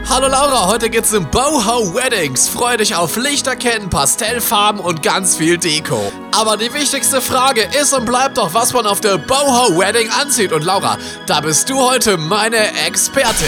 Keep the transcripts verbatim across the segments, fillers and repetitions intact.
Hallo Laura, heute geht's um Boho Weddings. Freu dich auf Lichterketten, Pastellfarben und ganz viel Deko. Aber die wichtigste Frage ist und bleibt doch, was man auf der Boho Wedding anzieht. Und Laura, da bist du heute meine Expertin.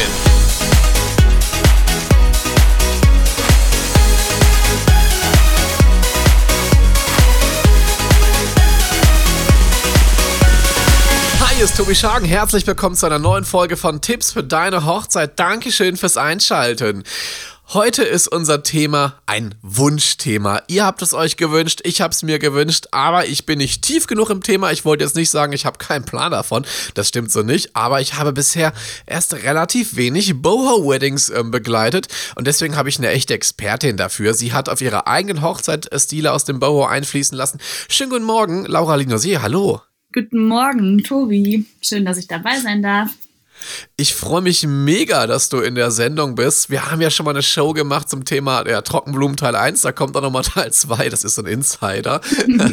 Hier ist Tobi Schagen, herzlich willkommen zu einer neuen Folge von Tipps für deine Hochzeit. Dankeschön fürs Einschalten. Heute ist unser Thema ein Wunschthema. Ihr habt es euch gewünscht, ich habe es mir gewünscht, aber ich bin nicht tief genug im Thema. Ich wollte jetzt nicht sagen, ich habe keinen Plan davon, das stimmt so nicht, aber ich habe bisher erst relativ wenig Boho-Weddings äh, begleitet und deswegen habe ich eine echte Expertin dafür. Sie hat auf ihrer eigenen Hochzeit Stile aus dem Boho einfließen lassen. Schönen guten Morgen, Laura Linosier, hallo. Guten Morgen, Tobi. Schön, dass ich dabei sein darf. Ich freue mich mega, dass du in der Sendung bist. Wir haben ja schon mal eine Show gemacht zum Thema ja, Trockenblumen Teil eins, da kommt auch nochmal Teil zwei, das ist so ein Insider.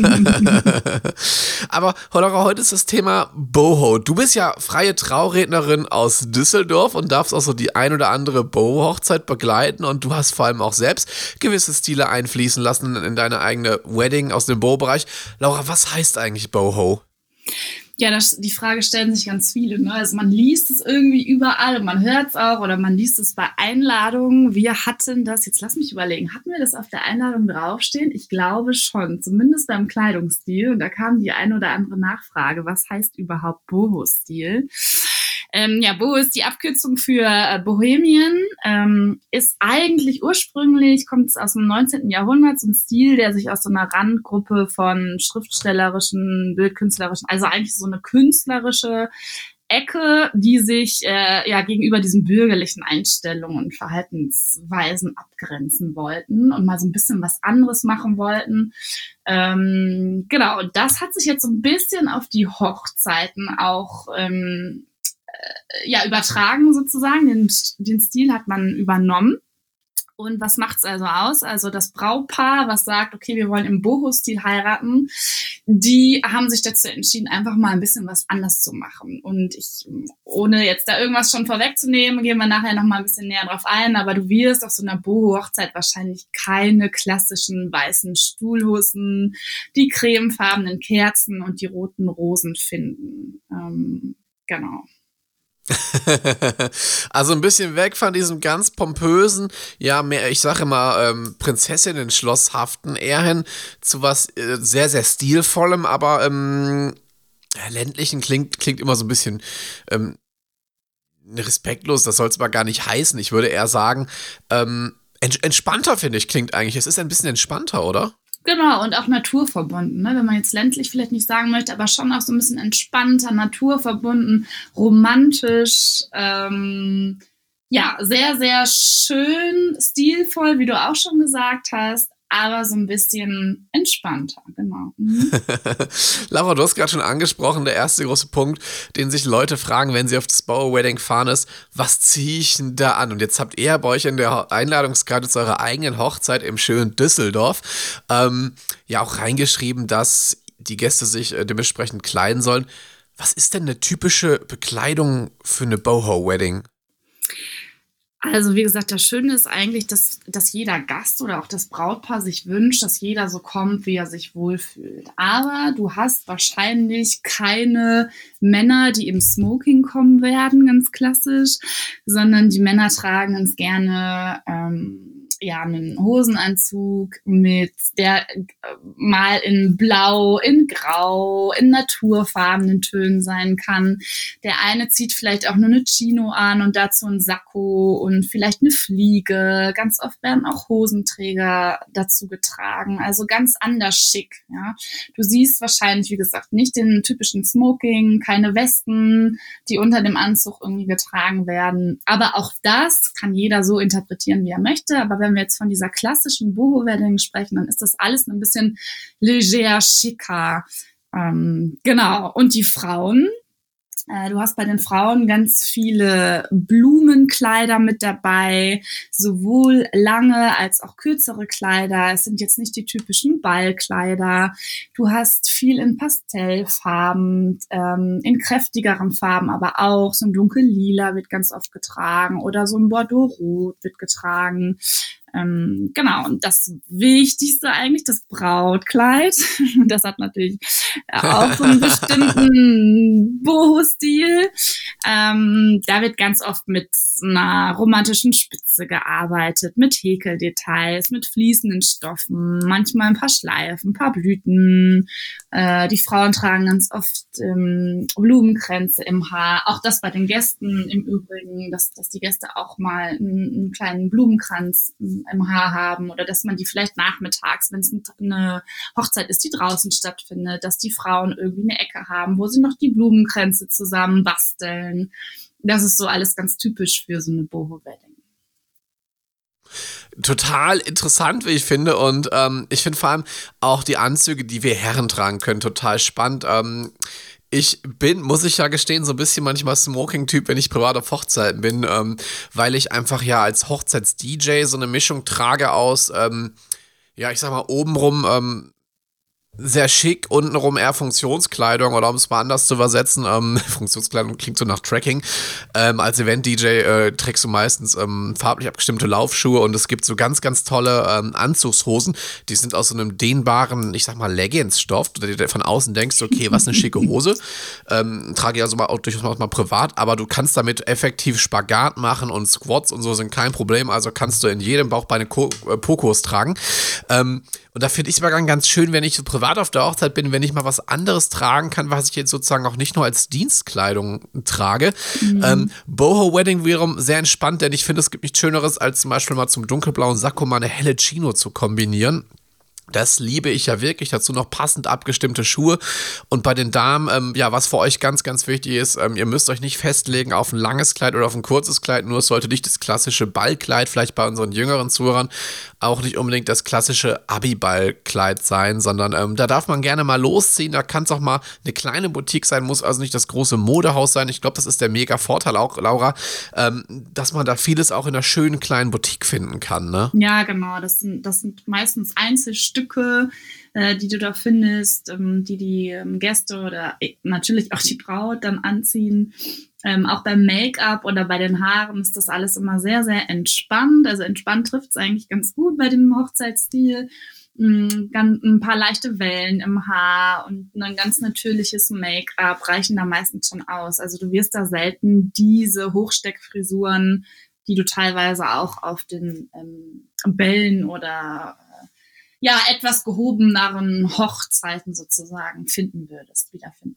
Aber Laura, heute ist das Thema Boho. Du bist ja freie Traurednerin aus Düsseldorf und darfst auch so die ein oder andere Boho-Hochzeit begleiten und du hast vor allem auch selbst gewisse Stile einfließen lassen in deine eigene Wedding aus dem Boho-Bereich. Laura, was heißt eigentlich Boho? Ja, das, die Frage stellen sich ganz viele. Ne? Also man liest es irgendwie überall und man hört es auch oder man liest es bei Einladungen. Wir hatten das, jetzt lass mich überlegen, hatten wir das auf der Einladung draufstehen? Ich glaube schon, zumindest beim Kleidungsstil. Und da kam die eine oder andere Nachfrage, was heißt überhaupt Boho-Stil? Ähm, ja, Boho ist die Abkürzung für äh, Bohemien, ähm, ist eigentlich ursprünglich, kommt es aus dem neunzehnten Jahrhundert, so ein Stil, der sich aus so einer Randgruppe von schriftstellerischen, bildkünstlerischen, also eigentlich so eine künstlerische Ecke, die sich äh, ja gegenüber diesen bürgerlichen Einstellungen und Verhaltensweisen abgrenzen wollten und mal so ein bisschen was anderes machen wollten. Ähm, genau, und das hat sich jetzt so ein bisschen auf die Hochzeiten auch ähm, ja, übertragen sozusagen. Den, den Stil hat man übernommen. Und was macht's also aus? Also das Brautpaar, was sagt, okay, wir wollen im Boho-Stil heiraten, die haben sich dazu entschieden, einfach mal ein bisschen was anders zu machen. Und ich, ohne jetzt da irgendwas schon vorwegzunehmen, gehen wir nachher noch mal ein bisschen näher drauf ein, aber du wirst auf so einer Boho-Hochzeit wahrscheinlich keine klassischen weißen Stuhlhussen, die cremefarbenen Kerzen und die roten Rosen finden. Ähm, genau. Also ein bisschen weg von diesem ganz pompösen, ja, mehr, ich sage immer, ähm, Prinzessinnen-Schlosshaften, eher hin zu was äh, sehr, sehr stilvollem, aber ähm, ja, ländlichen klingt, klingt immer so ein bisschen ähm, respektlos, das soll es aber gar nicht heißen. Ich würde eher sagen, ähm, ents- entspannter, finde ich, klingt eigentlich. Es ist ein bisschen entspannter, oder? Genau, und auch naturverbunden, ne? Wenn man jetzt ländlich vielleicht nicht sagen möchte, aber schon auch so ein bisschen entspannter, naturverbunden, romantisch, ähm, ja, sehr, sehr schön, stilvoll, wie du auch schon gesagt hast, aber so ein bisschen entspannter, genau. Mhm. Laura, du hast gerade schon angesprochen, der erste große Punkt, den sich Leute fragen, wenn sie auf das Boho Wedding fahren, ist, was ziehe ich denn da an? Und jetzt habt ihr bei euch in der Einladungskarte zu eurer eigenen Hochzeit im schönen Düsseldorf ähm, ja auch reingeschrieben, dass die Gäste sich äh, dementsprechend kleiden sollen. Was ist denn eine typische Bekleidung für eine Boho Wedding? Also wie gesagt, das Schöne ist eigentlich, dass, dass jeder Gast oder auch das Brautpaar sich wünscht, dass jeder so kommt, wie er sich wohlfühlt. Aber du hast wahrscheinlich keine Männer, die im Smoking kommen werden, ganz klassisch, sondern die Männer tragen ganz gerne ähm, ja, einen Hosenanzug mit der äh, mal in Blau, in Grau, in naturfarbenen Tönen sein kann. Der eine zieht vielleicht auch nur eine Chino an und dazu ein Sakko und vielleicht eine Fliege. Ganz oft werden auch Hosenträger dazu getragen, also ganz anders schick. Ja. Du siehst wahrscheinlich, wie gesagt, nicht den typischen Smoking, keine Westen, die unter dem Anzug irgendwie getragen werden. Aber auch das kann jeder so interpretieren, wie er möchte. Aber wenn wir jetzt von dieser klassischen Boho-Wedding sprechen, dann ist das alles ein bisschen leger, schicker. Ähm, genau. Und die Frauen, Du hast bei den Frauen ganz viele Blumenkleider mit dabei, sowohl lange als auch kürzere Kleider. Es sind jetzt nicht die typischen Ballkleider. Du hast viel in Pastellfarben, ähm, in kräftigeren Farben, aber auch so ein dunkellila wird ganz oft getragen oder so ein Bordeaux-Rot wird getragen. Ähm, genau, und das Wichtigste eigentlich, das Brautkleid. Das hat natürlich auch so einen bestimmten Boho-Stil. Ähm, da wird ganz oft mit einer romantischen Spitze gearbeitet, mit Häkeldetails, mit fließenden Stoffen, manchmal ein paar Schleifen, ein paar Blüten. Äh, die Frauen tragen ganz oft ähm, Blumenkränze im Haar. Auch das bei den Gästen im Übrigen, dass, dass die Gäste auch mal einen, einen kleinen Blumenkranz im Haar haben oder dass man die vielleicht nachmittags, wenn es eine Hochzeit ist, die draußen stattfindet, dass die Frauen irgendwie eine Ecke haben, wo sie noch die Blumenkränze zusammen basteln. Das ist so alles ganz typisch für so eine Boho-Wedding. Total interessant, wie ich finde, und ähm, ich finde vor allem auch die Anzüge, die wir Herren tragen können, total spannend. Ähm, Ich bin, muss ich ja gestehen, so ein bisschen manchmal Smoking-Typ, wenn ich privat auf Hochzeiten bin, ähm, weil ich einfach ja als Hochzeits-D J so eine Mischung trage aus, ähm, ja, ich sag mal, obenrum ähm, sehr schick, untenrum eher Funktionskleidung, oder um es mal anders zu übersetzen, ähm, Funktionskleidung klingt so nach Tracking. Ähm, als Event-D J äh, trägst du meistens ähm, farblich abgestimmte Laufschuhe, und es gibt so ganz, ganz tolle ähm, Anzugshosen, die sind aus so einem dehnbaren, ich sag mal, Leggings-Stoff, oder du von außen denkst, okay, was eine schicke Hose. Ähm, trage ich also mal auch durchaus mal privat, aber du kannst damit effektiv Spagat machen, und Squats und so sind kein Problem, also kannst du in jedem Bauchbeine-Pokos tragen. Ähm, Und da finde ich es aber ganz schön, wenn ich so privat auf der Hochzeit bin, wenn ich mal was anderes tragen kann, was ich jetzt sozusagen auch nicht nur als Dienstkleidung trage. Mhm. Ähm, Boho Wedding wiederum sehr entspannt, denn ich finde, es gibt nichts Schöneres, als zum Beispiel mal zum dunkelblauen Sakko mal eine helle Chino zu kombinieren. Das liebe ich ja wirklich. Dazu noch passend abgestimmte Schuhe. Und bei den Damen, ähm, ja, was für euch ganz, ganz wichtig ist, ähm, ihr müsst euch nicht festlegen auf ein langes Kleid oder auf ein kurzes Kleid. Nur es sollte nicht das klassische Ballkleid, vielleicht bei unseren jüngeren Zuhörern, auch nicht unbedingt das klassische Abi-Ballkleid sein, sondern ähm, da darf man gerne mal losziehen. Da kann es auch mal eine kleine Boutique sein, muss also nicht das große Modehaus sein. Ich glaube, das ist der mega Vorteil auch, Laura, ähm, dass man da vieles auch in einer schönen kleinen Boutique finden kann, ne? Ja, genau. Das sind, das sind meistens Einzelstücke, Stücke, äh, die du da findest, ähm, die die ähm, Gäste oder äh, natürlich auch die Braut dann anziehen. Ähm, auch beim Make-up oder bei den Haaren ist das alles immer sehr, sehr entspannt. Also entspannt trifft es eigentlich ganz gut bei dem Hochzeitsstil. Ähm, ganz, ein paar leichte Wellen im Haar und ein ganz natürliches Make-up reichen da meistens schon aus. Also du wirst da selten diese Hochsteckfrisuren, die du teilweise auch auf den ähm, Bällen oder ja, etwas gehobeneren Hochzeiten sozusagen finden würdest, wiederfinden.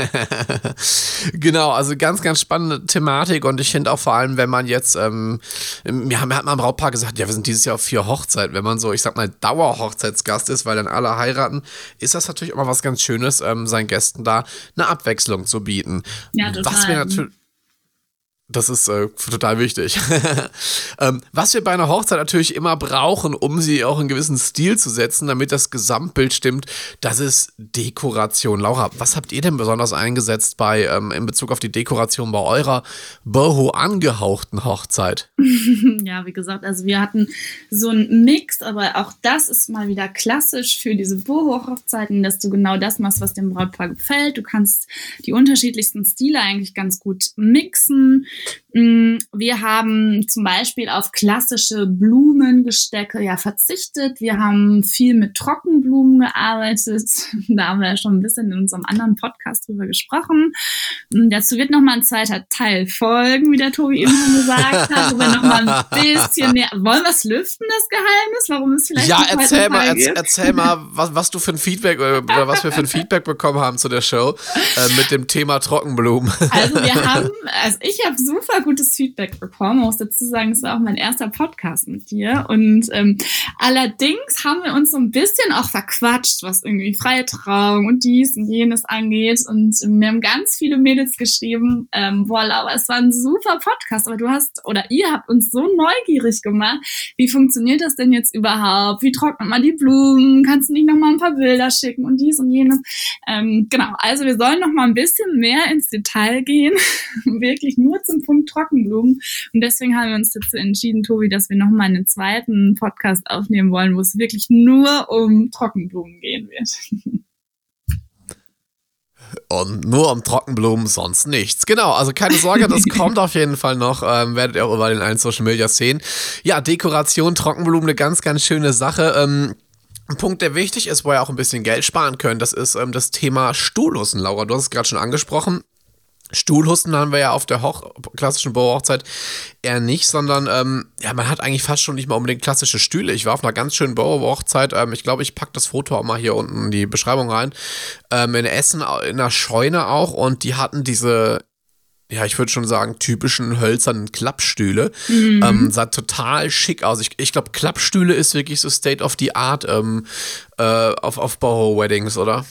Genau, also ganz, ganz spannende Thematik, und ich finde auch vor allem, wenn man jetzt, ähm, mir hat mal ein Brautpaar gesagt, ja, wir sind dieses Jahr auf vier Hochzeiten, wenn man so, ich sag mal, Dauerhochzeitsgast ist, weil dann alle heiraten, ist das natürlich immer was ganz Schönes, ähm, seinen Gästen da eine Abwechslung zu bieten. Ja, total. Was wir natürlich Das ist äh, total wichtig. ähm, was wir bei einer Hochzeit natürlich immer brauchen, um sie auch in gewissen Stil zu setzen, damit das Gesamtbild stimmt, das ist Dekoration. Laura, was habt ihr denn besonders eingesetzt bei ähm, in Bezug auf die Dekoration bei eurer Boho angehauchten Hochzeit? Ja, wie gesagt, also wir hatten so einen Mix, aber auch das ist mal wieder klassisch für diese Boho-Hochzeiten, dass du genau das machst, was dem Brautpaar gefällt. Du kannst die unterschiedlichsten Stile eigentlich ganz gut mixen. Wir haben zum Beispiel auf klassische Blumengestecke ja verzichtet. Wir haben viel mit Trockenblumen gearbeitet. Da haben wir ja schon ein bisschen in unserem anderen Podcast drüber gesprochen. Dazu wird nochmal ein zweiter Teil folgen, wie der Tobi eben schon gesagt hat, wo wir nochmal ein bisschen näher. Wollen wir es lüften, das Geheimnis? Warum es vielleicht Ja, einen erzähl mal, Teil erz, gibt? erzähl mal, was, was du für ein Feedback oder was wir für ein Feedback bekommen haben zu der Show äh, mit dem Thema Trockenblumen. Also wir haben, also ich habe super gutes Feedback bekommen. Ich muss dazu sagen, es war auch mein erster Podcast mit dir. Und ähm, allerdings haben wir uns so ein bisschen auch verquatscht, was irgendwie freie Trauung und dies und jenes angeht. Und ähm, wir haben ganz viele Mädels geschrieben, ähm, boah, Laura, es war ein super Podcast, aber du hast, oder ihr habt uns so neugierig gemacht. Wie funktioniert das denn jetzt überhaupt? Wie trocknet man die Blumen? Kannst du nicht noch mal ein paar Bilder schicken und dies und jenes? Ähm, genau, also wir sollen noch mal ein bisschen mehr ins Detail gehen, wirklich nur zum Punkt Trockenblumen. Und deswegen haben wir uns dazu entschieden, Tobi, dass wir noch mal einen zweiten Podcast aufnehmen wollen, wo es wirklich nur um Trockenblumen gehen wird. Und nur um Trockenblumen, sonst nichts. Genau, also keine Sorge, das kommt auf jeden Fall noch. Ähm, werdet ihr auch über den allen Social Media sehen. Ja, Dekoration, Trockenblumen, eine ganz, ganz schöne Sache. Ähm, ein Punkt, der wichtig ist, wo ihr auch ein bisschen Geld sparen könnt, das ist ähm, das Thema Stuhlhussen. Laura, du hast es gerade schon angesprochen. Stuhlhusten haben wir ja auf der Hoch- klassischen Bauhochzeit eher nicht, sondern ähm, ja, man hat eigentlich fast schon nicht mal unbedingt klassische Stühle. Ich war auf einer ganz schönen Bauhochzeit, ähm, ich glaube, ich packe das Foto auch mal hier unten in die Beschreibung rein, ähm, in Essen, in einer Scheune auch, und die hatten diese, ja, ich würde schon sagen, typischen hölzernen Klappstühle. Mhm. Ähm, sah total schick aus. Ich, ich glaube, Klappstühle ist wirklich so State of the Art ähm, äh, auf, auf Boho-Weddings, oder?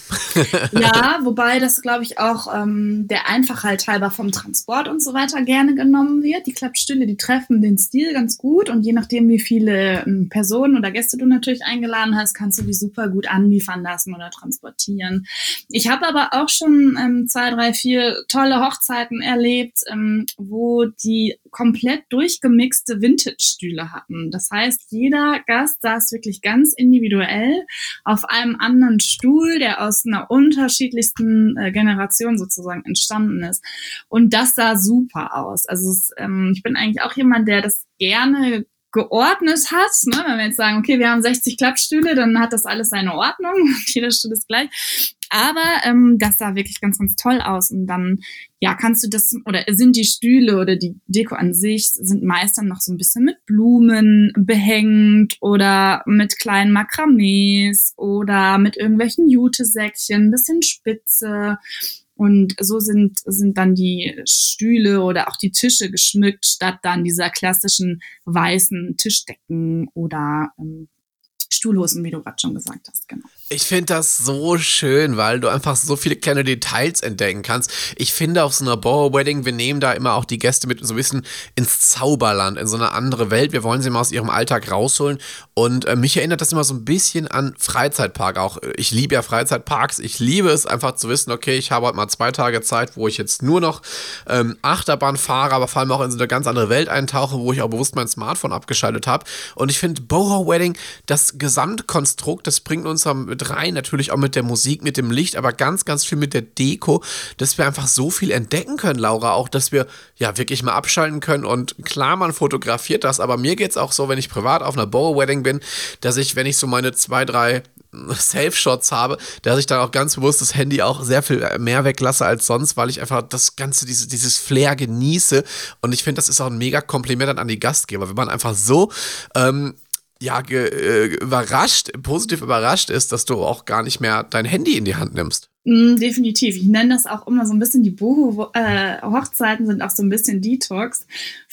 Ja, wobei das, glaube ich, auch ähm, der Einfachheit halber vom Transport und so weiter gerne genommen wird. Die Klappstühle, die treffen den Stil ganz gut, und je nachdem, wie viele ähm, Personen oder Gäste du natürlich eingeladen hast, kannst du die super gut anliefern lassen oder transportieren. Ich habe aber auch schon ähm, zwei, drei, vier tolle Hochzeiten erlebt, ähm, wo die komplett durchgemixte Vintage-Stühle hatten. Das heißt, jeder Gast saß wirklich ganz individuell auf einem anderen Stuhl, der aus einer unterschiedlichsten äh, Generation sozusagen entstanden ist. Und das sah super aus. Also es, ähm, ich bin eigentlich auch jemand, der das gerne geordnet hat, ne? Wenn wir jetzt sagen, okay, wir haben sechzig Klappstühle, dann hat das alles seine Ordnung und jeder Stuhl ist gleich. Aber ähm, das sah wirklich ganz, ganz toll aus. Und dann, ja, kannst du das, oder sind die Stühle oder die Deko an sich, sind meist dann noch so ein bisschen mit Blumen behängt oder mit kleinen Makramees oder mit irgendwelchen Jutesäckchen, ein bisschen Spitze. Und so sind, sind dann die Stühle oder auch die Tische geschmückt, statt dann dieser klassischen weißen Tischdecken oder ähm, Stuhlhosen, wie du gerade schon gesagt hast, genau. Ich finde das so schön, weil du einfach so viele kleine Details entdecken kannst. Ich finde, auf so einer Boho-Wedding, wir nehmen da immer auch die Gäste mit so ein bisschen ins Zauberland, in so eine andere Welt. Wir wollen sie mal aus ihrem Alltag rausholen. Und äh, mich erinnert das immer so ein bisschen an Freizeitpark auch. Ich liebe ja Freizeitparks. Ich liebe es einfach zu wissen, okay, ich habe heute mal zwei Tage Zeit, wo ich jetzt nur noch ähm, Achterbahn fahre, aber vor allem auch in so eine ganz andere Welt eintauche, wo ich auch bewusst mein Smartphone abgeschaltet habe. Und ich finde, Boho-Wedding, das Gesamtkonstrukt, das bringt uns am mit rein, natürlich auch mit der Musik, mit dem Licht, aber ganz, ganz viel mit der Deko, dass wir einfach so viel entdecken können, Laura, auch, dass wir ja wirklich mal abschalten können. Und klar, man fotografiert das, aber mir geht's auch so, wenn ich privat auf einer Boho-Wedding bin, dass ich, wenn ich so meine zwei, drei Safe-Shots habe, dass ich dann auch ganz bewusst das Handy auch sehr viel mehr weglasse als sonst, weil ich einfach das Ganze, diese, dieses Flair genieße. Und ich finde, das ist auch ein mega Kompliment dann an die Gastgeber, wenn man einfach so ähm, ja, ge, äh, überrascht, positiv überrascht ist, dass du auch gar nicht mehr dein Handy in die Hand nimmst. Mm, definitiv. Ich nenne das auch immer so ein bisschen, die Boho-Hochzeiten äh, sind auch so ein bisschen Detox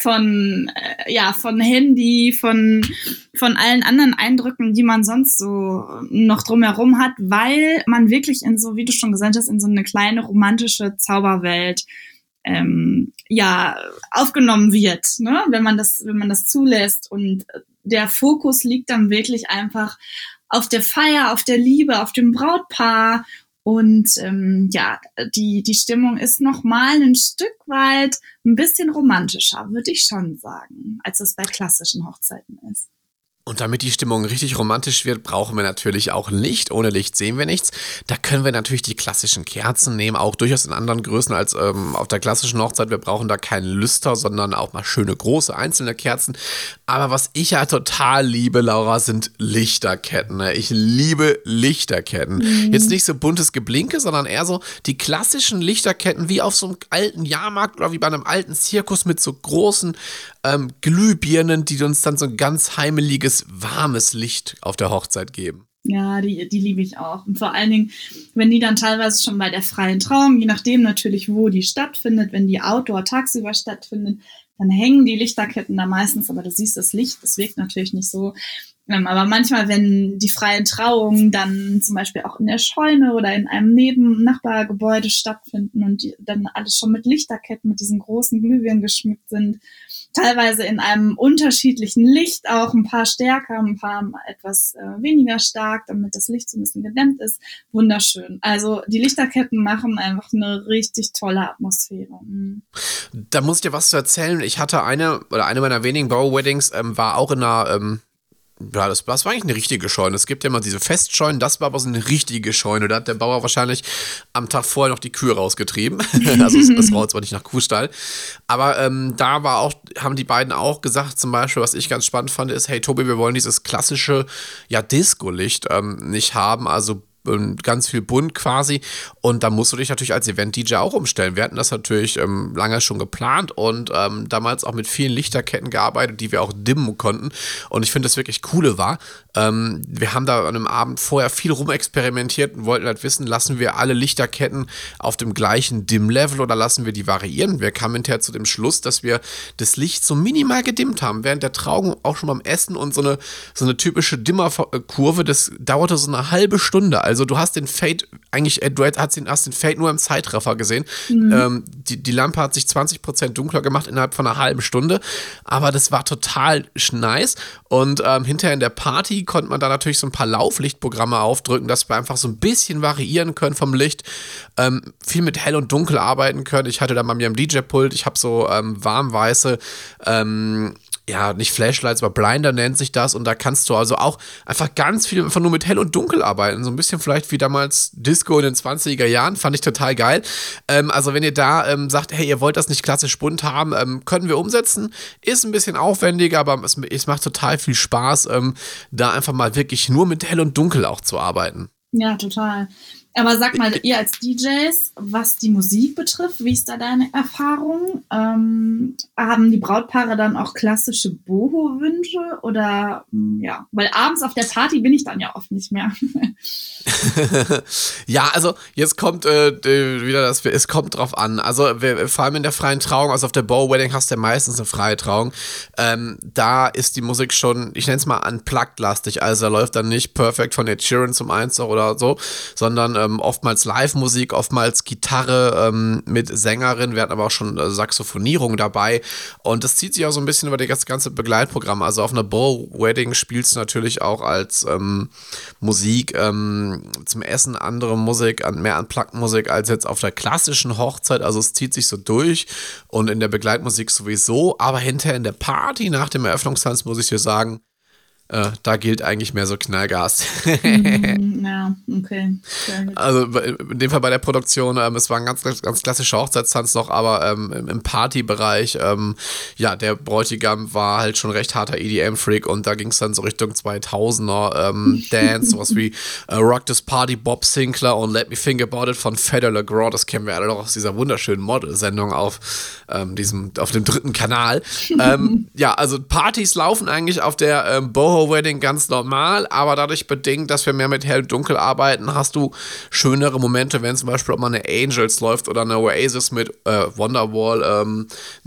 von, äh, ja, von Handy, von, von allen anderen Eindrücken, die man sonst so noch drumherum hat, weil man wirklich in so, wie du schon gesagt hast, in so eine kleine romantische Zauberwelt ähm, ja, aufgenommen wird, ne? Wenn man das, wenn man das zulässt, und der Fokus liegt dann wirklich einfach auf der Feier, auf der Liebe, auf dem Brautpaar, und ähm, ja, die die Stimmung ist noch mal ein Stück weit ein bisschen romantischer, würde ich schon sagen, als es bei klassischen Hochzeiten ist. Und damit die Stimmung richtig romantisch wird, brauchen wir natürlich auch Licht. Ohne Licht sehen wir nichts. Da können wir natürlich die klassischen Kerzen nehmen, auch durchaus in anderen Größen als ähm, auf der klassischen Hochzeit. Wir brauchen da keinen Lüster, sondern auch mal schöne große einzelne Kerzen. Aber was ich ja total liebe, Laura, sind Lichterketten. Ne? Ich liebe Lichterketten. Mhm. Jetzt nicht so buntes Geblinke, sondern eher so die klassischen Lichterketten wie auf so einem alten Jahrmarkt oder wie bei einem alten Zirkus mit so großen ähm, Glühbirnen, die uns dann so ein ganz heimeliges, warmes Licht auf der Hochzeit geben. Ja, die, die liebe ich auch. Und vor allen Dingen, wenn die dann teilweise schon bei der freien Trauung, je nachdem natürlich, wo die stattfindet, wenn die Outdoor tagsüber stattfindet, dann hängen die Lichterketten da meistens, aber du siehst das Licht, das wirkt natürlich nicht so. Aber manchmal, wenn die freien Trauungen dann zum Beispiel auch in der Scheune oder in einem Neben-Nachbargebäude stattfinden und die dann alles schon mit Lichterketten, mit diesen großen Glühbirnen geschmückt sind, teilweise in einem unterschiedlichen Licht, auch ein paar stärker, ein paar etwas äh, weniger stark, damit das Licht so ein bisschen gedämmt ist. Wunderschön. Also die Lichterketten machen einfach eine richtig tolle Atmosphäre. Mhm. Da muss ich dir was zu erzählen. Ich hatte eine, oder eine meiner wenigen Bow-Weddings, ähm, war auch in einer, ähm, ja, das, das war eigentlich eine richtige Scheune. Es gibt ja immer diese Festscheunen, das war aber so eine richtige Scheune. Da hat der Bauer wahrscheinlich am Tag vorher noch die Kühe rausgetrieben. Also es, es roch zwar nicht nach Kuhstall. Aber ähm, da war auch, haben die beiden auch gesagt, zum Beispiel, was ich ganz spannend fand, ist, hey Tobi, wir wollen dieses klassische, ja, Disco-Licht ähm, nicht haben, also ganz viel bunt quasi, und da musst du dich natürlich als Event-D J auch umstellen. Wir hatten das natürlich ähm, lange schon geplant und ähm, damals auch mit vielen Lichterketten gearbeitet, die wir auch dimmen konnten, und ich finde, das wirklich Coole war, ähm, wir haben da an einem Abend vorher viel rumexperimentiert und wollten halt wissen, lassen wir alle Lichterketten auf dem gleichen Dimm-Level oder lassen wir die variieren? Wir kamen hinterher zu dem Schluss, dass wir das Licht so minimal gedimmt haben, während der Trauung, auch schon beim Essen, und so eine, so eine typische Dimmerkurve, das dauerte so eine halbe Stunde. Also du hast den Fade, eigentlich, du hast den, hast den Fade nur im Zeitraffer gesehen. Mhm. Ähm, die, die Lampe hat sich zwanzig Prozent dunkler gemacht innerhalb von einer halben Stunde, aber das war total nice, und ähm, hinterher in der Party konnte man da natürlich so ein paar Lauflichtprogramme aufdrücken, dass wir einfach so ein bisschen variieren können vom Licht, ähm, viel mit hell und dunkel arbeiten können. Ich hatte da mal mir am D J-Pult, ich habe so ähm, warmweiße, ähm, ja, nicht Flashlights, aber Blinder nennt sich das, und da kannst du also auch einfach ganz viel einfach nur mit hell und dunkel arbeiten, so ein bisschen vielleicht wie damals Disco in den zwanziger Jahren, fand ich total geil. Ähm, also wenn ihr da ähm, sagt, hey, ihr wollt das nicht klassisch bunt haben, ähm, können wir umsetzen, ist ein bisschen aufwendiger, aber es, es macht total viel Spaß, ähm, da einfach mal wirklich nur mit hell und dunkel auch zu arbeiten. Ja, total. Aber sag mal, ihr als D Js, was die Musik betrifft, wie ist da deine Erfahrung? Ähm, haben die Brautpaare dann auch klassische Boho-Wünsche? Oder, ja, weil abends auf der Party bin ich dann ja oft nicht mehr. Ja, also jetzt kommt äh, wieder das, es kommt drauf an. Also wir, vor allem in der freien Trauung, also auf der Bow-Wedding hast du ja meistens eine freie Trauung. Ähm, da ist die Musik schon, ich nenne es mal unplugged-lastig. Also da läuft dann nicht Perfect von Ed Sheeran zum Einzug oder so, sondern ähm, oftmals Live-Musik, oftmals Gitarre ähm, mit Sängerin. Wir hatten aber auch schon äh, Saxophonierung dabei, und das zieht sich auch so ein bisschen über das ganze Begleitprogramm. Also auf einer Bow-Wedding spielst du natürlich auch als ähm, Musik ähm, zum Essen andere Musik, mehr Unplugged-Musik als jetzt auf der klassischen Hochzeit. Also es zieht sich so durch, und in der Begleitmusik sowieso, aber hinterher in der Party nach dem Eröffnungstanz muss ich dir sagen, Äh, da gilt eigentlich mehr so Knallgas. mm, ja, okay. Also in dem Fall bei der Produktion, ähm, es war ein ganz, ganz klassischer Hochzeitstanz noch, aber ähm, im Partybereich, ähm, ja, der Bräutigam war halt schon recht harter E D M-Freak, und da ging es dann so Richtung zweitausender ähm, Dance, sowas wie äh, Rock This Party, Bob Sinclair und Let Me Think About It von Fedor LeGrand. Das kennen wir alle noch aus dieser wunderschönen Model-Sendung auf, ähm, diesem, auf dem dritten Kanal. ähm, ja, also Partys laufen eigentlich auf der ähm, Boho Wedding ganz normal, aber dadurch bedingt, dass wir mehr mit hell und dunkel arbeiten, hast du schönere Momente, wenn zum Beispiel auch mal eine Angels läuft oder eine Oasis mit äh, Wonderwall. Ähm,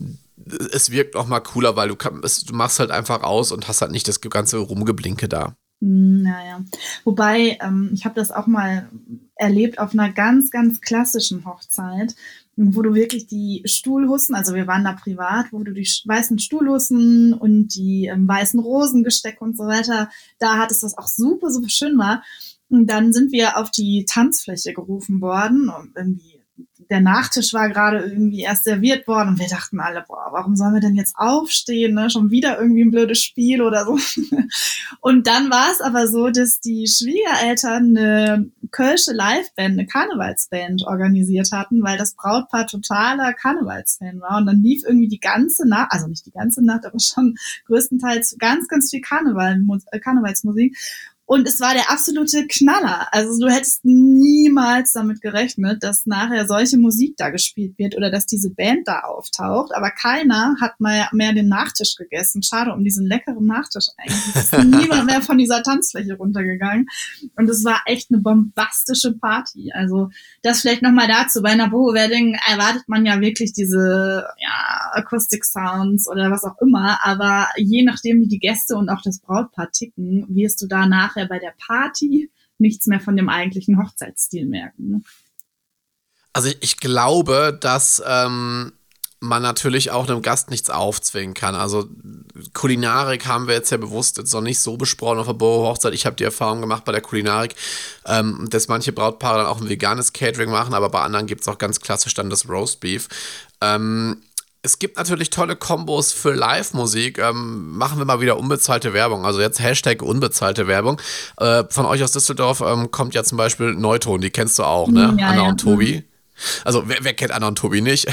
es wirkt auch mal cooler, weil du, kann, es, du machst halt einfach aus und hast halt nicht das ganze Rumgeblinke da. Naja, wobei, ähm, ich habe das auch mal erlebt auf einer ganz, ganz klassischen Hochzeit, wo du wirklich die Stuhlhussen, also wir waren da privat, wo du die weißen Stuhlhussen und die ähm, weißen Rosengestecke und so weiter, da hattest das auch super, super schön war. Und dann sind wir auf die Tanzfläche gerufen worden, und irgendwie der Nachtisch war gerade irgendwie erst serviert worden, und wir dachten alle, boah, warum sollen wir denn jetzt aufstehen, ne? Schon wieder irgendwie ein blödes Spiel oder so. Und dann war es aber so, dass die Schwiegereltern eine kölsche Liveband, eine Karnevalsband organisiert hatten, weil das Brautpaar totaler Karnevalsfan war, und dann lief irgendwie die ganze Nacht, also nicht die ganze Nacht, aber schon größtenteils ganz, ganz viel Karneval, Karnevalsmusik. Und es war der absolute Knaller. Also du hättest niemals damit gerechnet, dass nachher solche Musik da gespielt wird oder dass diese Band da auftaucht. Aber keiner hat mal mehr den Nachtisch gegessen. Schade um diesen leckeren Nachtisch eigentlich. Es ist niemand mehr von dieser Tanzfläche runtergegangen. Und es war echt eine bombastische Party. Also das vielleicht nochmal dazu. Bei einer Boho-Wedding erwartet man ja wirklich diese ja, Acoustic-Sounds oder was auch immer. Aber je nachdem, wie die Gäste und auch das Brautpaar ticken, wirst du danach bei der Party nichts mehr von dem eigentlichen Hochzeitsstil merken. Ne? Also ich glaube, dass ähm, man natürlich auch einem Gast nichts aufzwingen kann. Also Kulinarik haben wir jetzt ja bewusst jetzt noch nicht so besprochen auf der Boho-Hochzeit. Ich habe die Erfahrung gemacht bei der Kulinarik, ähm, dass manche Brautpaare dann auch ein veganes Catering machen, aber bei anderen gibt es auch ganz klassisch dann das Roastbeef. Ähm, Es gibt natürlich tolle Kombos für Live-Musik. Ähm, machen wir mal wieder unbezahlte Werbung. Also jetzt Hashtag unbezahlte Werbung. Äh, von euch aus Düsseldorf ähm, kommt ja zum Beispiel Neuton. Die kennst du auch, ne? Ja, Anna ja. und Tobi. Also wer, wer kennt Anna und Tobi nicht?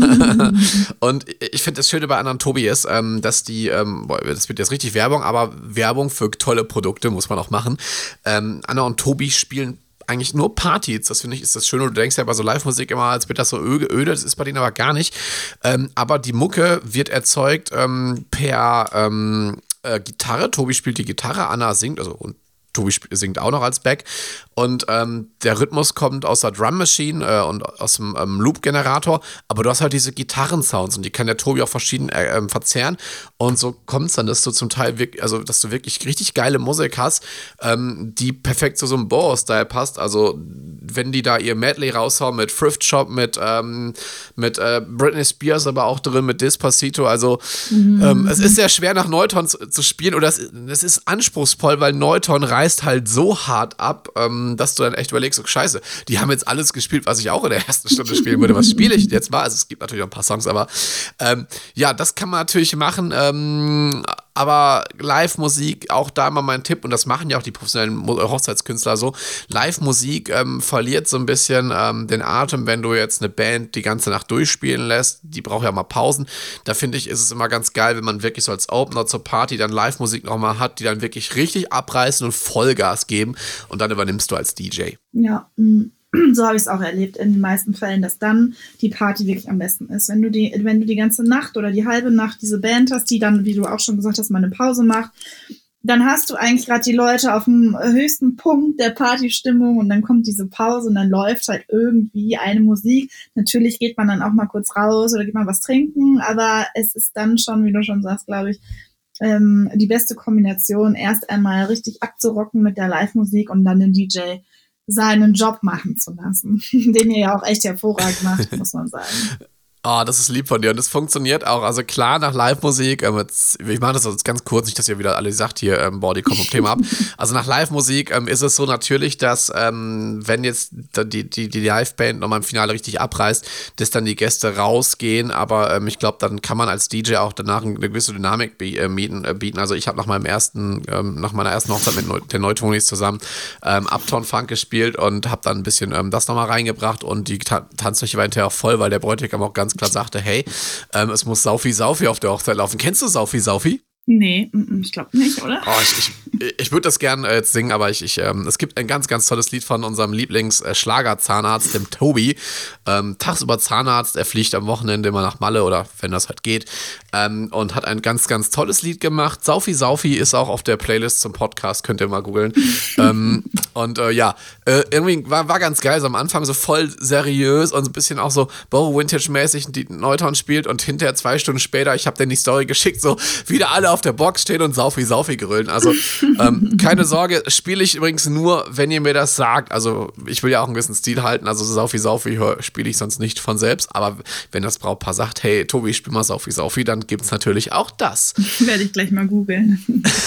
Und ich finde das Schöne bei Anna und Tobi ist, ähm, dass die, ähm, boah, das wird jetzt richtig Werbung, aber Werbung für tolle Produkte muss man auch machen. Ähm, Anna und Tobi spielen eigentlich nur Partys, das finde ich, ist das Schöne. Du denkst ja bei so Live-Musik immer, als wird das so öde, öde, das ist bei denen aber gar nicht. Ähm, aber die Mucke wird erzeugt ähm, per ähm, äh, Gitarre. Tobi spielt die Gitarre, Anna singt, also und Tobi singt auch noch als Back. Und ähm, der Rhythmus kommt aus der Drum Machine äh, und aus dem ähm, Loop-Generator. Aber du hast halt diese Gitarrensounds und die kann der Tobi auch verschieden äh, ähm, verzerren. Und so kommt es dann, dass du zum Teil wirklich, also dass du wirklich richtig geile Musik hast, ähm, die perfekt zu so einem Boho-Style passt. Also wenn die da ihr Medley raushauen mit Thrift Shop, mit, ähm, mit äh, Britney Spears, aber auch drin mit Despacito. Also mhm. ähm, es ist sehr schwer nach Neuton zu, zu spielen oder es, es ist anspruchsvoll, weil Neuton reißt halt so hart ab, ähm, dass du dann echt überlegst, oh, scheiße, die haben jetzt alles gespielt, was ich auch in der ersten Stunde spielen würde. Was spiele ich jetzt mal? Also es gibt natürlich noch ein paar Songs, aber ähm, ja, das kann man natürlich machen, ähm, aber Live-Musik, auch da immer mein Tipp, und das machen ja auch die professionellen Hochzeitskünstler so, Live-Musik ähm, verliert so ein bisschen ähm, den Atem, wenn du jetzt eine Band die ganze Nacht durchspielen lässt, die braucht ja mal Pausen. Da finde ich, ist es immer ganz geil, wenn man wirklich so als Opener zur Party dann Live-Musik nochmal hat, die dann wirklich richtig abreißen und Vollgas geben und dann übernimmst du als D J. Ja, so habe ich es auch erlebt in den meisten Fällen, dass dann die Party wirklich am besten ist. Wenn du die, wenn du die ganze Nacht oder die halbe Nacht diese Band hast, die dann, wie du auch schon gesagt hast, mal eine Pause macht, dann hast du eigentlich gerade die Leute auf dem höchsten Punkt der Partystimmung und dann kommt diese Pause und dann läuft halt irgendwie eine Musik. Natürlich geht man dann auch mal kurz raus oder geht mal was trinken, aber es ist dann schon, wie du schon sagst, glaube ich, ähm, die beste Kombination, erst einmal richtig abzurocken mit der Live-Musik und dann den D J seinen Job machen zu lassen, den ihr ja auch echt hervorragend macht, muss man sagen. Oh, das ist lieb von dir und das funktioniert auch. Also klar, nach Live-Musik, ähm, jetzt, ich mache das jetzt ganz kurz, nicht, dass ihr wieder alle sagt, hier, ähm, boah, die kommen vom Thema ab. Also nach Live-Musik ähm, ist es so natürlich, dass ähm, wenn jetzt die, die, die Live-Band nochmal im Finale richtig abreißt, dass dann die Gäste rausgehen, aber ähm, ich glaube, dann kann man als D J auch danach eine gewisse Dynamik be- äh, mieten, äh, bieten. Also ich habe nach meinem ersten, ähm, nach meiner ersten Hochzeit mit Neu- den Neutonis zusammen ähm, Uptown Funk gespielt und habe dann ein bisschen ähm, das nochmal reingebracht und die Ta- Tanzfläche war hinterher auch voll, weil der Bräutigam auch ganz klar sagte, hey, ähm, es muss Saufi Saufi auf der Hochzeit laufen. Kennst du Saufi Saufi? Nee, ich glaube nicht, oder? Oh, ich ich, ich würde das gerne äh, jetzt singen, aber ich, ich, ähm, es gibt ein ganz, ganz tolles Lied von unserem Lieblings-Schlager-Zahnarzt, dem Tobi. Ähm, tagsüber Zahnarzt, er fliegt am Wochenende immer nach Malle oder wenn das halt geht. Ähm, und hat ein ganz, ganz tolles Lied gemacht. Saufi Saufi ist auch auf der Playlist zum Podcast, könnt ihr mal googeln. ähm, und äh, ja, äh, irgendwie war, war ganz geil, so am Anfang so voll seriös und so ein bisschen auch so Boho-Vintage-mäßig die Neuton spielt und hinterher zwei Stunden später, ich habe dir die Story geschickt, so wieder alle auf der Box stehen und Saufi Saufi grölen. Also ähm, keine Sorge, spiele ich übrigens nur, wenn ihr mir das sagt. Also ich will ja auch einen gewissen Stil halten, also Saufi Saufi spiele ich sonst nicht von selbst, aber wenn das Brautpaar sagt, hey Tobi, spiel mal Saufi Saufi, dann gibt es natürlich auch das. Werde ich gleich mal googeln.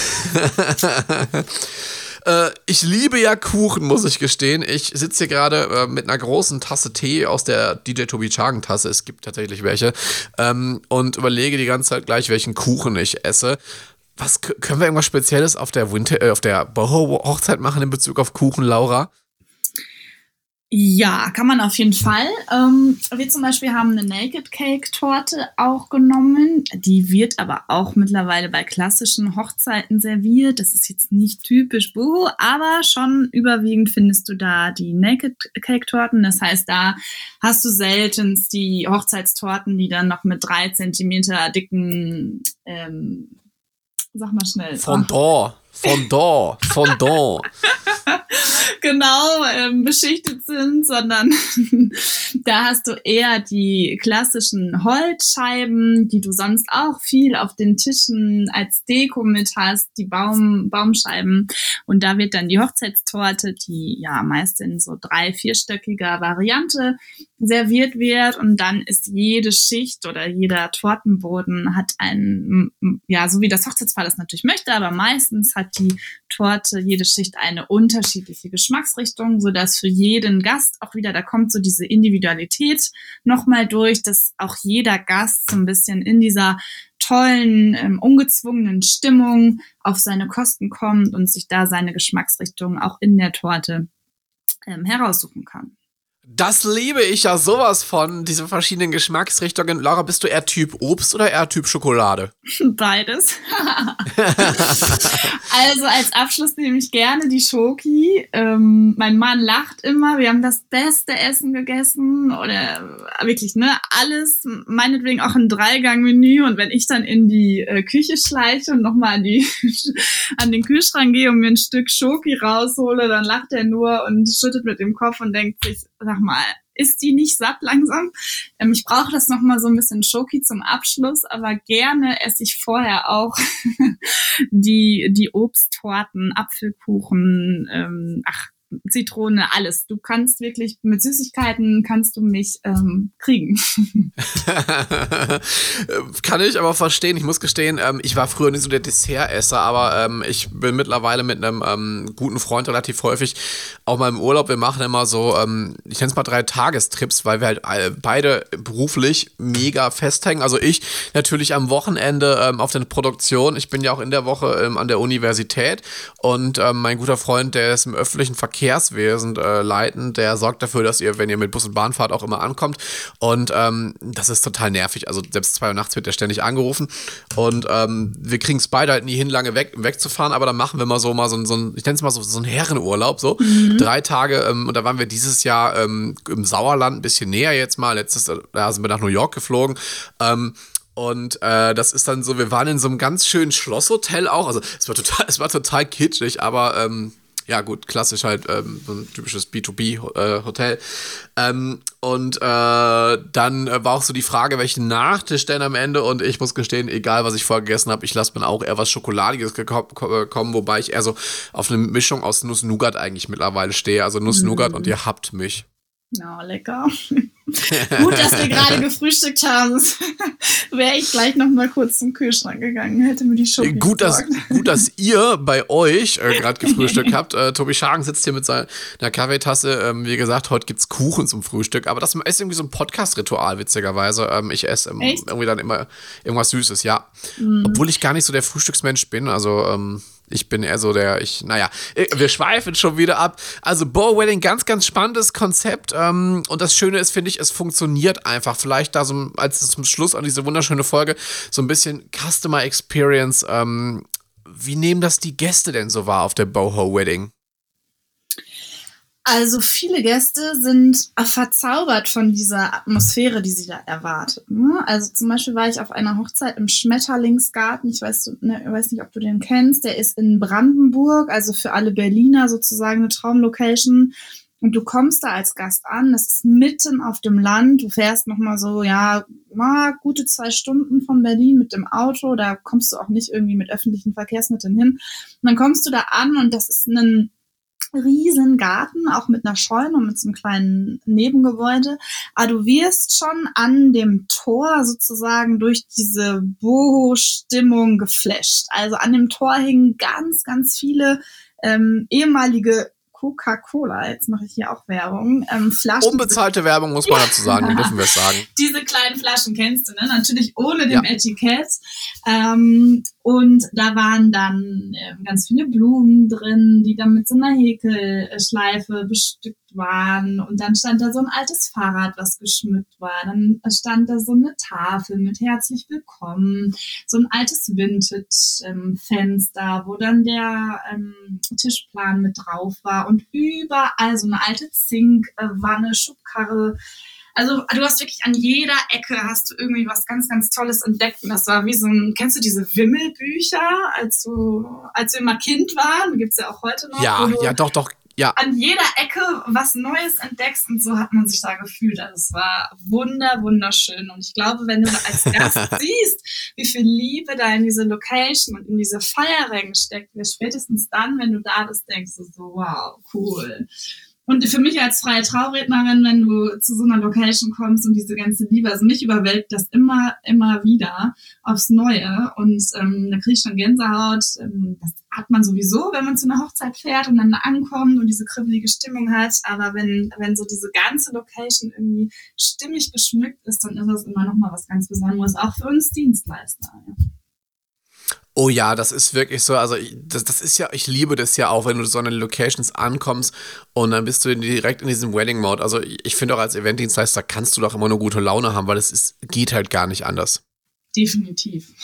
äh, ich liebe ja Kuchen, muss ich gestehen. Ich sitze hier gerade äh, mit einer großen Tasse Tee aus der D J Tobi Chagen Tasse, es gibt tatsächlich welche, ähm, und überlege die ganze Zeit gleich, welchen Kuchen ich esse. Was können wir irgendwas Spezielles auf der Winter, äh, auf der Boho-Hochzeit machen in Bezug auf Kuchen, Laura? Ja, kann man auf jeden Fall. Ähm, wir zum Beispiel haben eine Naked Cake Torte auch genommen. Die wird aber auch mittlerweile bei klassischen Hochzeiten serviert. Das ist jetzt nicht typisch Boho, aber schon überwiegend findest du da die Naked Cake Torten. Das heißt, da hast du seltenst die Hochzeitstorten, die dann noch mit drei Zentimeter dicken, ähm, sag mal schnell. Fondant, Fondant, Fondant. genau ähm, beschichtet sind, sondern da hast du eher die klassischen Holzscheiben, die du sonst auch viel auf den Tischen als Deko mit hast, die Baum, Baumscheiben. Und da wird dann die Hochzeitstorte, die ja meist in so drei-, vierstöckiger Variante serviert wird. Und dann ist jede Schicht oder jeder Tortenboden hat einen, ja, so wie das Hochzeitspaar das natürlich möchte, aber meistens hat die Torte, jede Schicht eine unterschiedliche Geschmacksrichtung, sodass für jeden Gast auch wieder, da kommt so diese Individualität nochmal durch, dass auch jeder Gast so ein bisschen in dieser tollen, ähm, ungezwungenen Stimmung auf seine Kosten kommt und sich da seine Geschmacksrichtung auch in der Torte ähm, heraussuchen kann. Das liebe ich ja sowas von, diese verschiedenen Geschmacksrichtungen. Laura, bist du eher Typ Obst oder eher Typ Schokolade? Beides. Also als Abschluss nehme ich gerne die Schoki. Ähm, mein Mann lacht immer. Wir haben das beste Essen gegessen oder wirklich, ne, alles, meinetwegen auch ein Dreigang-Menü. Und wenn ich dann in die äh, Küche schleiche und nochmal an die an den Kühlschrank gehe und mir ein Stück Schoki raushole, dann lacht er nur und schüttet mit dem Kopf und denkt sich, sag mal, ist die nicht satt langsam? Ähm, ich brauche das nochmal so ein bisschen Schoki zum Abschluss, aber gerne esse ich vorher auch die, die Obsttorten, Apfelkuchen, ähm, ach, Zitrone, alles. Du kannst wirklich, mit Süßigkeiten kannst du mich ähm, kriegen. Kann ich aber verstehen. Ich muss gestehen, ähm, ich war früher nicht so der Dessertesser, aber ähm, ich bin mittlerweile mit einem ähm, guten Freund relativ häufig auch mal im Urlaub. Wir machen immer so, ähm, ich nenne es mal drei Tagestrips, weil wir halt äh, beide beruflich mega festhängen. Also ich natürlich am Wochenende ähm, auf der Produktion. Ich bin ja auch in der Woche ähm, an der Universität und ähm, mein guter Freund, der ist im öffentlichen Verkehr Verkehrswesen äh, leiten, der sorgt dafür, dass ihr, wenn ihr mit Bus und Bahn fahrt, auch immer ankommt. Und ähm, das ist total nervig. Also selbst zwei Uhr nachts wird der ständig angerufen. Und ähm, wir kriegen es beide halt nie hin, lange weg, wegzufahren, aber dann machen wir mal so, mal so, so ein, ich nenne es mal so, so einen Herrenurlaub, so. Mhm. Drei Tage, ähm, und da waren wir dieses Jahr ähm, im Sauerland, ein bisschen näher jetzt mal. Letztes Jahr sind wir nach New York geflogen. Ähm, Und äh, das ist dann so, wir waren in so einem ganz schönen Schlosshotel auch. Also es war total, es war total kitschig, aber ähm, ja gut, klassisch halt ähm, so ein typisches B zwei B-Hotel. Ähm, und äh, dann äh, war auch so die Frage, welchen Nachtisch denn am Ende. Und ich muss gestehen, egal was ich vorher gegessen habe, ich lasse mir auch eher was Schokoladiges geko- kommen, wobei ich eher so auf eine Mischung aus Nuss-Nougat eigentlich mittlerweile stehe. Also Nuss-Nougat mm. und ihr habt mich. Na, oh, lecker. Gut, dass wir gerade gefrühstückt haben. Wäre ich gleich noch mal kurz zum Kühlschrank gegangen, hätte mir die Schoki gut, dass, gut, dass ihr bei euch äh, gerade gefrühstückt habt. Äh, Tobi Schagen sitzt hier mit seiner Kaffeetasse. Ähm, wie gesagt, heute gibt's Kuchen zum Frühstück. Aber das ist irgendwie so ein Podcast-Ritual, witzigerweise. Ähm, ich esse ähm, irgendwie dann immer irgendwas Süßes, ja. Mm. Obwohl ich gar nicht so der Frühstücksmensch bin. Also, ähm, ich bin eher so der, ich, naja, wir schweifen schon wieder ab. Also Bow Wedding, ganz, ganz spannendes Konzept. Ähm, und das Schöne ist, finde ich, es funktioniert einfach. Vielleicht da so als zum Schluss an diese wunderschöne Folge so ein bisschen Customer Experience. Ähm, wie nehmen das die Gäste denn so wahr auf der Boho Wedding? Also viele Gäste sind verzaubert von dieser Atmosphäre, die sie da erwartet. Also zum Beispiel war ich auf einer Hochzeit im Schmetterlingsgarten. Ich weiß, ne, ich weiß nicht, ob du den kennst. Der ist in Brandenburg, also für alle Berliner sozusagen eine Traumlocation. Und du kommst da als Gast an. Das ist mitten auf dem Land. Du fährst nochmal so, ja, mal gute zwei Stunden von Berlin mit dem Auto. Da kommst du auch nicht irgendwie mit öffentlichen Verkehrsmitteln hin. Und dann kommst du da an und das ist ein riesen Garten, auch mit einer Scheune und mit so einem kleinen Nebengebäude. Aber du wirst schon an dem Tor sozusagen durch diese Boho-Stimmung geflasht. Also an dem Tor hingen ganz, ganz viele ähm, ehemalige Coca-Cola, jetzt mache ich hier auch Werbung, ähm, Flaschen. Unbezahlte Werbung, muss man dazu sagen, ja. Dürfen wir es sagen. Diese kleinen Flaschen kennst du, ne? Natürlich ohne dem ja. Etikett. Ähm, und da waren dann äh, ganz viele Blumen drin, die dann mit so einer Häkelschleife bestückt waren. Und dann stand da so ein altes Fahrrad, was geschmückt war. Dann stand da so eine Tafel mit herzlich willkommen. So ein altes Vintage-Fenster, ähm, wo dann der ähm, Tischplan mit drauf war. Und überall so eine alte Zinkwanne, Schubkarre. Also du hast wirklich an jeder Ecke hast du irgendwie was ganz, ganz Tolles entdeckt. Und das war wie so ein, kennst du diese Wimmelbücher, als du, als wir mal Kind waren? Die gibt's ja auch heute noch. Ja, ja, doch, doch, ja. an jeder Ecke was Neues entdeckst und so hat man sich da gefühlt. Also es war wunder, wunderschön. Und ich glaube, wenn du als Gast siehst, wie viel Liebe da in diese Location und in diese Feierränge steckt, spätestens dann, wenn du da bist, denkst du so, wow, cool. Und für mich als freie Traurednerin, wenn du zu so einer Location kommst und diese ganze Liebe, also mich überwältigt das immer, immer wieder aufs Neue. Und ähm, da kriege ich schon Gänsehaut. Ähm, das hat man sowieso, wenn man zu einer Hochzeit fährt und dann ankommt und diese kribbelige Stimmung hat. Aber wenn wenn so diese ganze Location irgendwie stimmig geschmückt ist, dann ist das immer noch mal was ganz Besonderes, auch für uns Dienstleister. Ja. Oh ja, das ist wirklich so, also ich- das, das ist ja, ich liebe das ja auch, wenn du so an den Locations ankommst und dann bist du direkt in diesem Wedding-Mode. Also ich ich finde auch als Eventdienstleister kannst du doch immer nur gute Laune haben, weil es ist, geht halt gar nicht anders. Definitiv.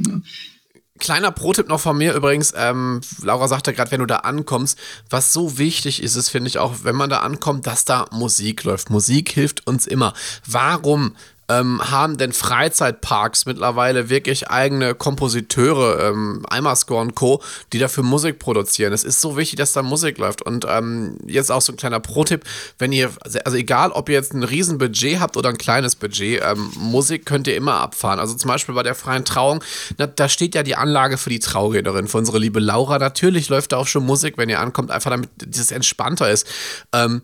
Kleiner Pro-Tipp noch von mir übrigens, ähm, Laura sagte gerade, wenn du da ankommst, was so wichtig ist, ist, finde ich auch, wenn man da ankommt, dass da Musik läuft. Musik hilft uns immer. Warum ähm, haben denn Freizeitparks mittlerweile wirklich eigene Kompositeure, ähm, Imascore und Co., die dafür Musik produzieren? Es ist so wichtig, dass da Musik läuft. Und ähm, jetzt auch so ein kleiner Pro-Tipp, wenn ihr, also egal, ob ihr jetzt ein riesen Budget habt oder ein kleines Budget, ähm, Musik könnt ihr immer abfahren. Also zum Beispiel bei der freien Trauung, na, da steht ja die Anlage für die Traurednerin, für unsere liebe Laura. Natürlich läuft da auch schon Musik, wenn ihr ankommt, einfach damit dieses entspannter ist. Ähm,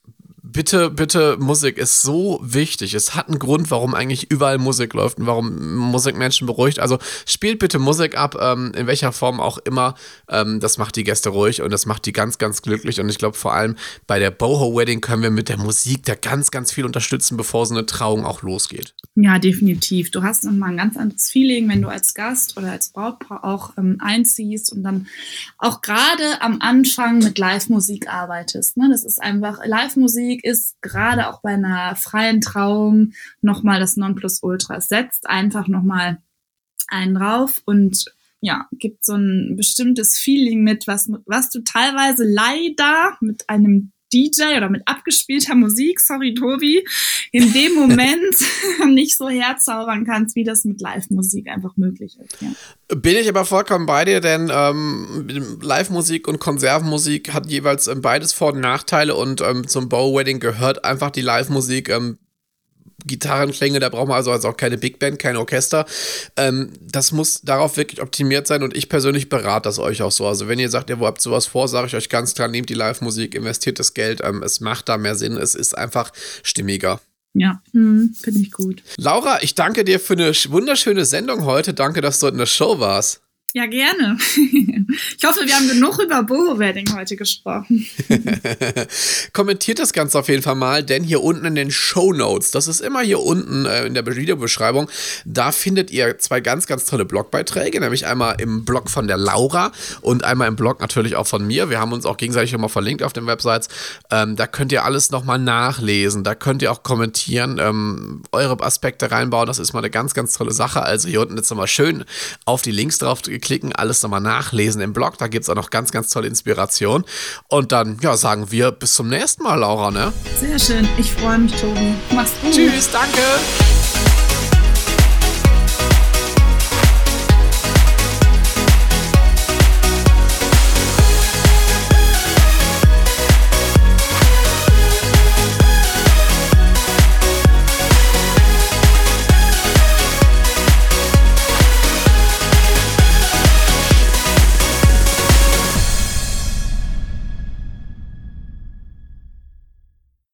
Bitte, bitte, Musik ist so wichtig. Es hat einen Grund, warum eigentlich überall Musik läuft und warum Musik Menschen beruhigt. Also spielt bitte Musik ab, ähm, in welcher Form auch immer. Ähm, das macht die Gäste ruhig und das macht die ganz, ganz glücklich. Und ich glaube, vor allem bei der Boho-Wedding können wir mit der Musik da ganz, ganz viel unterstützen, bevor so eine Trauung auch losgeht. Ja, definitiv. Du hast nochmal ein ganz anderes Feeling, wenn du als Gast oder als Brautpaar auch ähm, einziehst und dann auch gerade am Anfang mit Live-Musik arbeitest. Ne? Das ist einfach, Live-Musik ist gerade auch bei einer freien Trauung nochmal das Nonplusultra. Es setzt einfach nochmal einen drauf und ja, gibt so ein bestimmtes Feeling mit, was, was du teilweise leider mit einem D J oder mit abgespielter Musik, sorry Tobi, in dem Moment nicht so herzaubern kannst, wie das mit Live-Musik einfach möglich ist. Ja. Bin ich aber vollkommen bei dir, denn ähm, Live-Musik und Konservenmusik hat jeweils ähm, beides Vor- und Nachteile und ähm, zum Boho-Wedding gehört einfach die Live-Musik. Ähm, Gitarrenklänge, da braucht man also, also auch keine Big Band, kein Orchester. Ähm, das muss darauf wirklich optimiert sein und ich persönlich berate das euch auch so. Also wenn ihr sagt, ihr habt sowas vor, sage ich euch ganz klar, nehmt die Live-Musik, investiert das Geld, ähm, es macht da mehr Sinn, es ist einfach stimmiger. Ja, hm, finde ich gut. Laura, ich danke dir für eine wunderschöne Sendung heute. Danke, dass du in der Show warst. Ja, gerne. Ich hoffe, wir haben genug über Boho-Wedding heute gesprochen. Kommentiert das Ganze auf jeden Fall mal, denn hier unten in den Shownotes, das ist immer hier unten äh, in der Videobeschreibung, da findet ihr zwei ganz, ganz tolle Blogbeiträge, nämlich einmal im Blog von der Laura und einmal im Blog natürlich auch von mir. Wir haben uns auch gegenseitig nochmal verlinkt auf den Websites. Ähm, da könnt ihr alles nochmal nachlesen, da könnt ihr auch kommentieren, ähm, eure Aspekte reinbauen, das ist mal eine ganz, ganz tolle Sache. Also hier unten jetzt nochmal schön auf die Links drauf klicken, alles nochmal nachlesen im Blog. Da gibt es auch noch ganz, ganz tolle Inspiration. Und dann, ja, sagen wir bis zum nächsten Mal, Laura, ne? Sehr schön. Ich freue mich, Tobi. Mach's gut. Tschüss, danke.